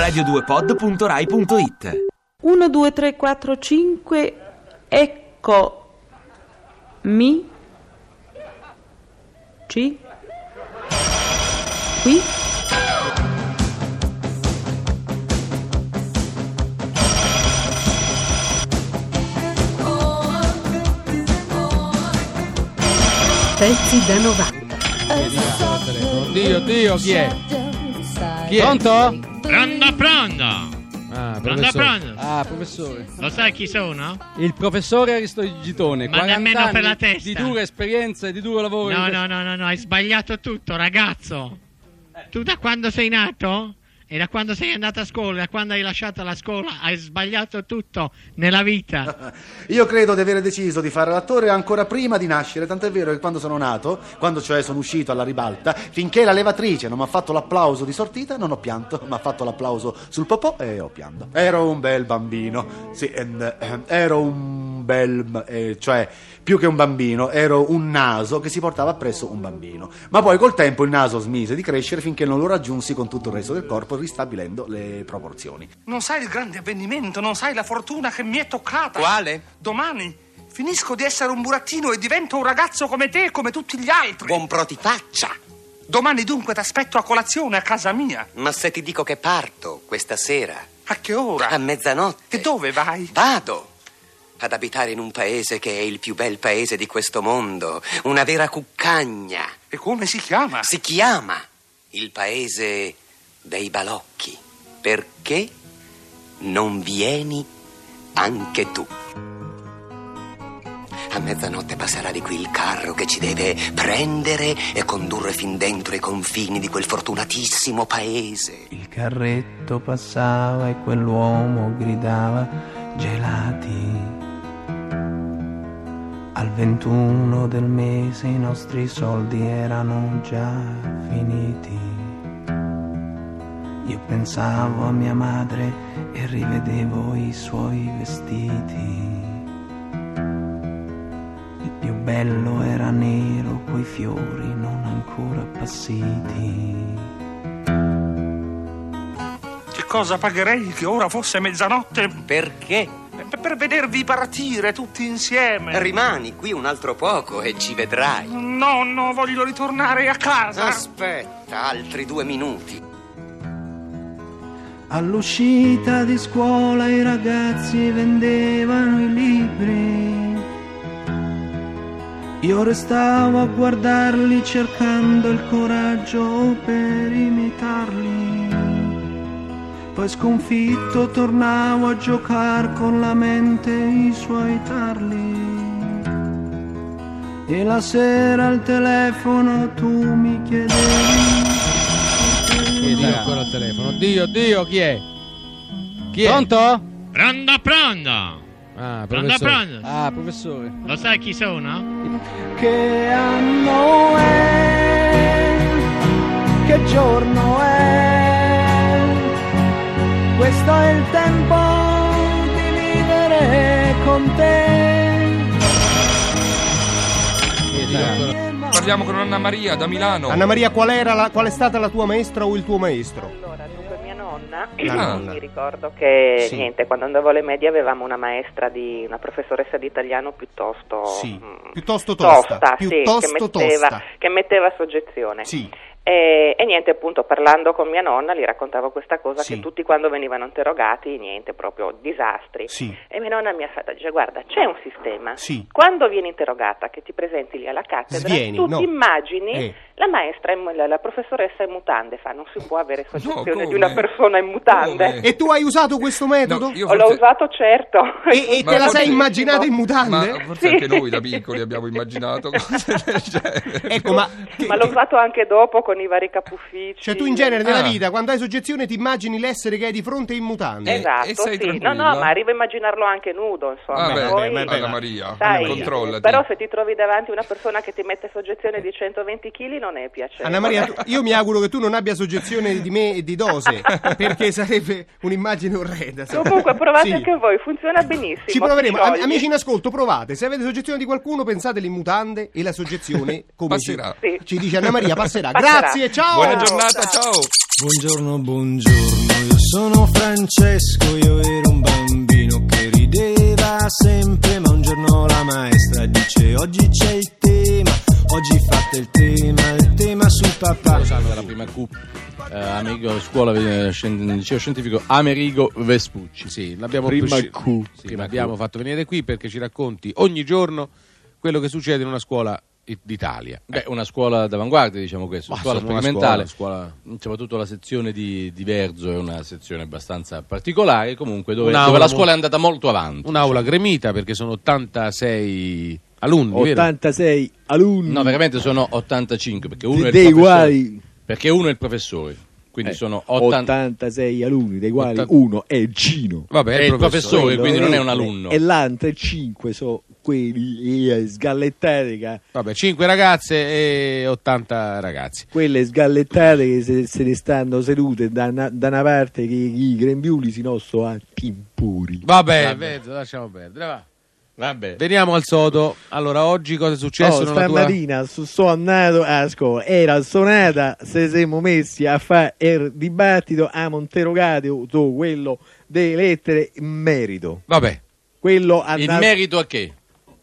radio2pod.rai.it. 1, 2, 3, 4, 5. Ecco mi ci qui pezzi da 90. Oddio, chi è? Pronto? Pronto. Professore. Lo sai chi sono? Il professore Aristide Gitone. Ma 40 nemmeno per anni la testa. di dura esperienza e di duro lavoro. No, hai sbagliato tutto, ragazzo. Tu da quando sei nato e da quando sei andato a scuola, da quando hai lasciato la scuola, hai sbagliato tutto nella vita. Io credo di avere deciso di fare l'attore ancora prima di nascere, tant'è vero che quando sono nato, quando cioè sono uscito alla ribalta, finché la levatrice non mi ha fatto l'applauso di sortita, non ho pianto, mi ha fatto l'applauso sul popò e ho pianto. Ero un bel bambino, sì, ero un bel, cioè più che un bambino, ero un naso che si portava appresso un bambino. Ma poi col tempo il naso smise di crescere finché non lo raggiunsi con tutto il resto del corpo, ristabilendo le proporzioni. Non sai il grande avvenimento, non sai la fortuna che mi è toccata. Quale? Domani finisco di essere un burattino e divento un ragazzo come te e come tutti gli altri. Buon pro ti faccia. Domani dunque t'aspetto a colazione a casa mia. Ma se ti dico che parto questa sera? A che ora? A mezzanotte. E dove vai? Vado ad abitare in un paese che è il più bel paese di questo mondo, una vera cuccagna. E come si chiama? Si chiama il paese dei balocchi. Perché non vieni anche tu? A mezzanotte passerà di qui il carro che ci deve prendere e condurre fin dentro i confini di quel fortunatissimo paese. Il carretto passava e quell'uomo gridava gelati. Al 21 del mese i nostri soldi erano già finiti. Io pensavo a mia madre e rivedevo i suoi vestiti. Il più bello era nero coi fiori non ancora appassiti. Che cosa pagherei che ora fosse mezzanotte? Perché? Per vedervi partire tutti insieme. Rimani qui un altro poco e ci vedrai. No, voglio ritornare a casa. Aspetta, altri 2 minuti. All'uscita di scuola i ragazzi vendevano i libri. Io restavo a guardarli cercando il coraggio per imitarli. Poi sconfitto tornavo a giocare con la mente i suoi tarli. E la sera al telefono tu mi chiedevi. Chiedi ancora al telefono. Oddio, chi è? Pronto? Pronto. Professore. Professore. Lo sai chi sono? Che anno è? Che giorno è? Questo è il tempo di vivere con te. Parliamo con Anna Maria da Milano. Anna Maria, qual è stata la tua maestra o il tuo maestro? Allora, dunque mia nonna, nonna. mi ricordo che Sì. niente, quando andavo alle medie avevamo una maestra una professoressa di italiano piuttosto piuttosto tosta, piuttosto tosta. che metteva soggezione. Sì. E niente, appunto, parlando con mia nonna gli raccontavo questa cosa, Sì. che tutti quando venivano interrogati, niente, proprio disastri. Sì. E mia nonna mi ha fatto, dice, guarda, c'è un sistema. Sì. Quando vieni interrogata, che ti presenti lì alla cattedra, Svieni, tu no. ti immagini La maestra, la professoressa in mutande, non si può avere soggezione come? di una persona in mutande. Come? E tu hai usato questo metodo? No, io L'ho usato, certo. E te la forse- sei immaginata in mutande? Ma forse anche noi da piccoli abbiamo immaginato cose del genere. Ecco, ma l'ho usato anche dopo con i vari capuffici. cioè tu in genere nella vita, quando hai soggezione, ti immagini l'essere che hai di fronte in mutande? Esatto, e sei sì. tranquilla? No, ma arrivo a immaginarlo anche nudo, insomma. Poi, Anna Maria, sai, controllati. però se ti trovi davanti una persona che ti mette soggezione di 120 kg non è piacevole. Anna Maria, io mi auguro che tu non abbia soggezione di me e di dose, perché sarebbe un'immagine orrenda. Comunque provate Sì. anche voi, funziona benissimo. Ci proveremo. ti sciogli. Amici in ascolto, provate. Se avete soggezione di qualcuno, pensateli in mutande e la soggezione, come Passerà. ci dice Anna Maria, passerà. Passerà. Grazie, ciao. Buona giornata, ciao. Buongiorno, io Sono Francesco, io ero un bambino che rideva sempre, ma un giorno la maestra dice oggi c'è il tema, oggi fate il tema sul papà. Lo sanno della prima Q, scuola liceo scientifico Amerigo Vespucci. Sì, l'abbiamo abbiamo fatto venire qui perché ci racconti ogni giorno quello che succede in una scuola d'Italia. Una scuola d'avanguardia, diciamo questo, scuola sperimentale, soprattutto la sezione di Verzo è una sezione abbastanza particolare, comunque dove la scuola è andata molto avanti. Un'aula gremita perché sono 86 alunni, 86 vero? alunni. No, veramente sono 85 perché uno dei quali perché uno è il professore. Quindi sono 86 alunni, dei quali uno è Gino. Vabbè, è il professore, quindi non è un alunno. E l'altro 5 sono quelli sgallettate. Vabbè, 5 ragazze e 80 ragazzi. Quelle sgallettate che se ne stanno sedute da una parte che i grembiuli si nostro a timpuri. Vabbè. Lasciamo perdere, va. Vabbè. Veniamo al sodo. Allora, oggi cosa è successo? Stamattina sono andato a scuola, era sonata, se siamo messi a fare il dibattito, abbiamo interrogato quello delle lettere in merito. Vabbè. In merito a che?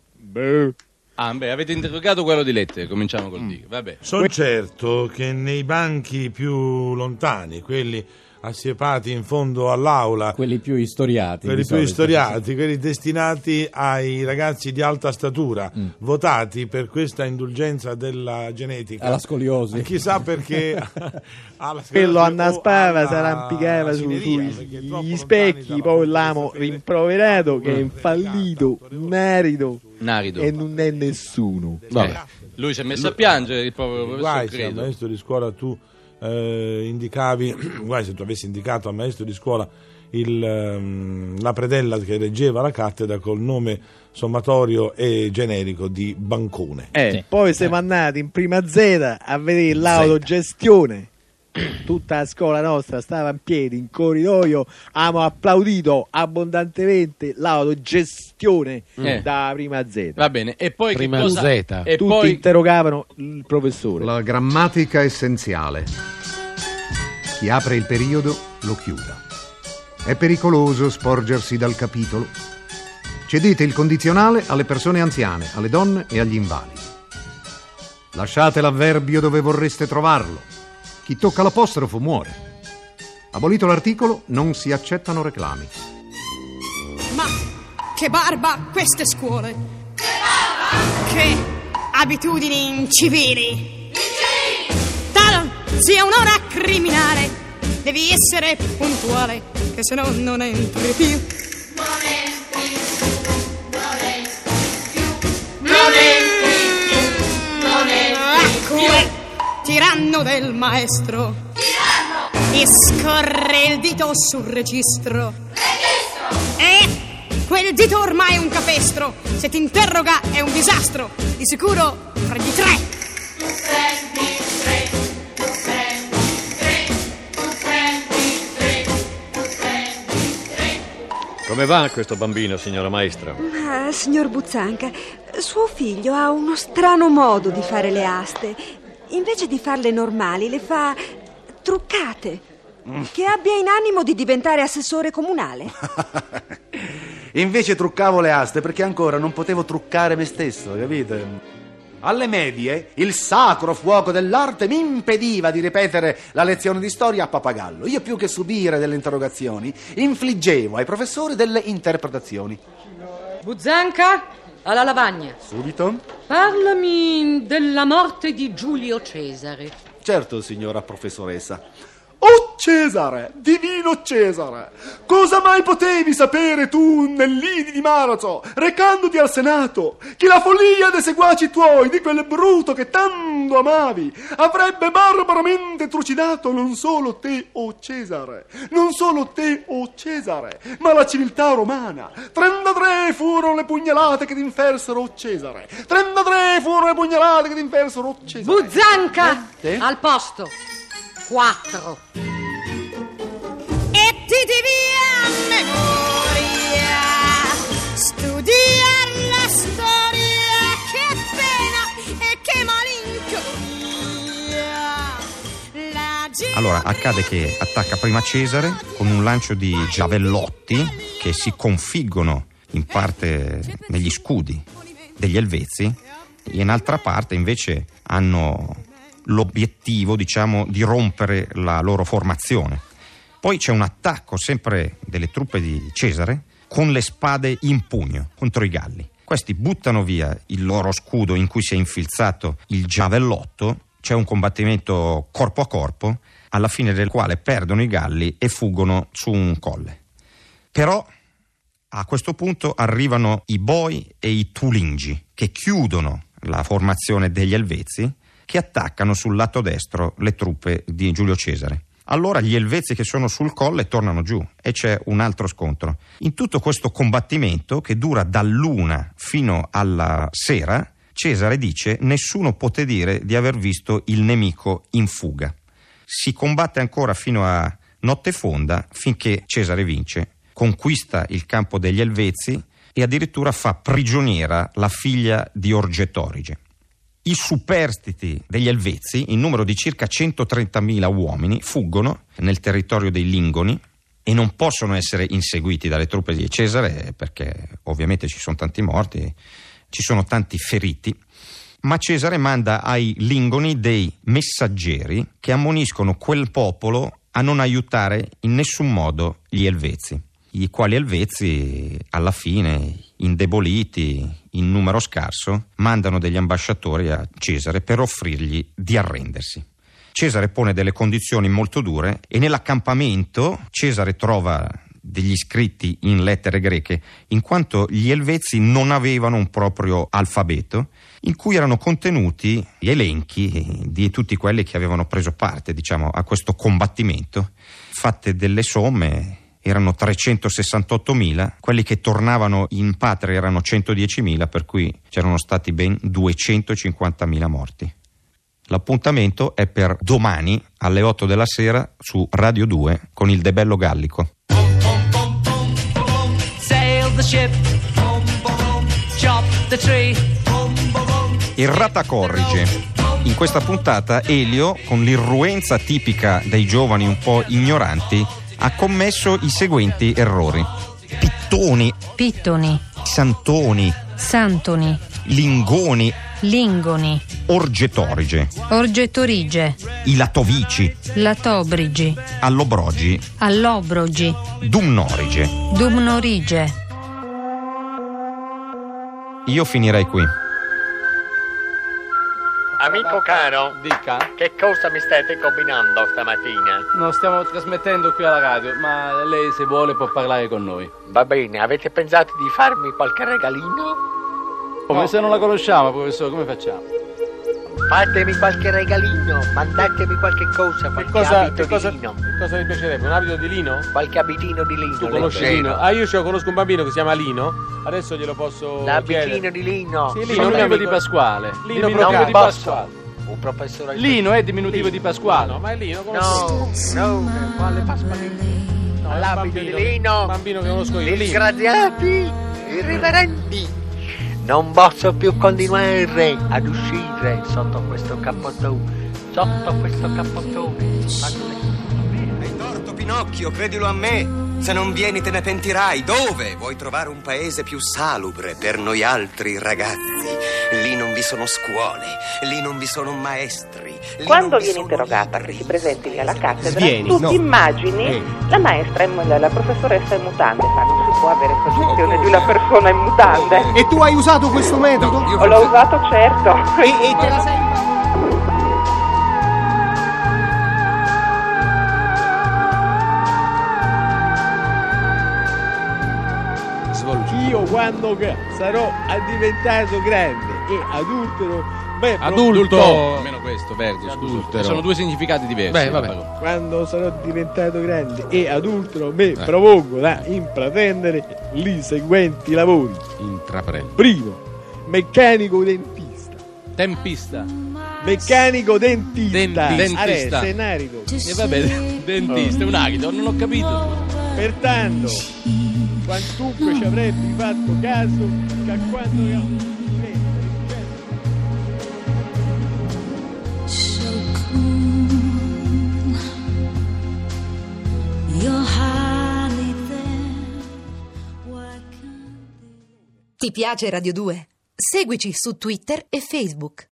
Avete interrogato quello di lettere, cominciamo col dire. Vabbè. Sono certo che nei banchi più lontani, quelli assiepati in fondo all'aula, quelli più istoriati, quelli destinati ai ragazzi di alta statura, votati per questa indulgenza della genetica alla scoliosi, chissà perché quello annaspava, si arrampicava sugli specchi, poi l'amo rimproverato che è infallito, narido e non è nessuno. Lui si è messo a piangere, il povero professore. Guai, se al maestro di scuola tu indicavi, guai se tu avessi indicato al maestro di scuola la predella che reggeva la cattedra col nome sommatorio e generico di Bancone. Poi siamo andati in prima Z a vedere l'autogestione. Tutta la scuola nostra stava in piedi in corridoio, abbiamo applaudito abbondantemente l'autogestione da prima Z. Va bene, e poi prima che cosa? Z. E tutti poi interrogavano il professore. La grammatica essenziale. Chi apre il periodo lo chiuda. È pericoloso sporgersi dal capitolo. Cedete il condizionale alle persone anziane, alle donne e agli invalidi. Lasciate l'avverbio dove vorreste trovarlo. Chi tocca l'apostrofo muore. Abolito l'articolo, non si accettano reclami. Ma che barba queste scuole! Che barba! Che abitudini incivili! Talo sia un'ora criminale, devi essere puntuale, che se no non entri più. Tiranno del maestro, e scorre il dito sul registro. E quel dito ormai è un capestro, se ti interroga è un disastro, di sicuro prendi 3. Come va questo bambino, signora maestra? Ma, signor Buzzanca, suo figlio ha uno strano modo di fare le aste. Invece di farle normali, le fa truccate. Che abbia in animo di diventare assessore comunale. Invece truccavo le aste perché ancora non potevo truccare me stesso, capite? Alle medie il sacro fuoco dell'arte mi impediva di ripetere la lezione di storia a pappagallo. Io, più che subire delle interrogazioni, infliggevo ai professori delle interpretazioni. Buzzanca, alla lavagna. Subito? Parlami della morte di Giulio Cesare. Certo, signora professoressa. Oh Cesare, divino Cesare, cosa mai potevi sapere tu nell'Idi di Marzo, recandoti al Senato, che la follia dei seguaci tuoi, di quel bruto che tanto amavi, avrebbe barbaramente trucidato non solo te, o Cesare, ma la civiltà romana. 33 furono le pugnalate che t'infersero, o Cesare. 33 furono le pugnalate che t'infersero, o Cesare. Buzzanca, al posto. 4. E ti devi a memoria studiar la storia, che pena e che malinconia, la Allora accade che attacca prima Cesare con un lancio di giavellotti che si configgono in parte negli scudi degli Elvezi e in altra parte invece hanno l'obiettivo, diciamo, di rompere la loro formazione. Poi c'è un attacco sempre delle truppe di Cesare con le spade in pugno contro i Galli. Questi buttano via il loro scudo in cui si è infilzato il giavellotto, c'è un combattimento corpo a corpo, alla fine del quale perdono i Galli e fuggono su un colle. Però a questo punto arrivano i Boi e i Tulingi, che chiudono la formazione degli Elvezi, che attaccano sul lato destro le truppe di Giulio Cesare. Allora gli Elvezi che sono sul colle tornano giù e c'è un altro scontro. In tutto questo combattimento, che dura dall'1 fino alla sera, Cesare dice: nessuno poté dire di aver visto il nemico in fuga. Si combatte ancora fino a notte fonda, finché Cesare vince, conquista il campo degli Elvezi e addirittura fa prigioniera la figlia di Orgetorige. I superstiti degli Elvezi, in numero di circa 130.000 uomini, fuggono nel territorio dei Lingoni e non possono essere inseguiti dalle truppe di Cesare perché ovviamente ci sono tanti morti, ci sono tanti feriti, ma Cesare manda ai Lingoni dei messaggeri che ammoniscono quel popolo a non aiutare in nessun modo gli Elvezi, i quali Elvezi alla fine, indeboliti, in numero scarso, mandano degli ambasciatori a Cesare per offrirgli di arrendersi. Cesare pone delle condizioni molto dure e nell'accampamento Cesare trova degli scritti in lettere greche, in quanto gli Elvezi non avevano un proprio alfabeto, in cui erano contenuti gli elenchi di tutti quelli che avevano preso parte, diciamo, a questo combattimento. Fatte delle somme, erano 368.000, quelli che tornavano in patria erano 110.000, per cui c'erano stati ben 250.000 morti. L'appuntamento è per domani alle 8 della sera su Radio 2 con il Debello Gallico. Sail the ship, chop the tree. Errata corrige. In questa puntata Elio, con l'irruenza tipica dei giovani un po' ignoranti, ha commesso i seguenti errori: Pittoni, Santoni, Lingoni, Orgetorige, i Latovici, Allobrogi, Dumnorige. Io finirei qui. Amico caro, dica. Che cosa mi state combinando stamattina? No, stiamo trasmettendo qui alla radio, ma lei se vuole può parlare con noi. Va bene, avete pensato di farmi qualche regalino? Come se non la conosciamo, professore, come facciamo? Fatemi qualche regalino, mandatemi qualche cosa, qualche abito di lino. Che cosa vi piacerebbe? Un abito di lino? Qualche abitino di lino. Tu conosci Lino? Ah, io conosco un bambino che si chiama Lino, adesso glielo posso L'abitino di Lino. Sì, Lino, diminutivo di Pasquale. Lino diminutivo di Pasquale. Un professore. Lino è diminutivo di Pasquale. No, ma è Lino, No, quale Pasquale? No, l'abito di Lino. Un bambino che conosco io. Disgraziati, irriverendi. Non posso più continuare ad uscire sotto questo cappottone. Hai torto, Pinocchio, credilo a me. Se non vieni te ne pentirai. Dove? Vuoi trovare un paese più salubre per noi altri ragazzi? Lì non vi sono scuole, lì non vi sono maestri. Quando viene interrogata che si presenti lì alla cattedra, Svieni, tu no. ti immagini la maestra, la professoressa in mutande, ma non si può avere percezione di una persona in mutande. E tu hai usato questo metodo? No, l'ho usato, certo. E te la sei... Io quando sarò diventato grande e adultero, almeno questo, Verdi, adultero. Sono due significati diversi. Vabbè. Quando sarò diventato grande e adultero, propongo da intraprendere i seguenti lavori. Primo, meccanico dentista. Tempista. Meccanico dentista. Dentista. Senarico. E vabbè, dentista, un agito, non ho capito. Pertanto, quantunque ci avrebbe fatto caso che a quando Ti piace Radio 2? Seguici su Twitter e Facebook.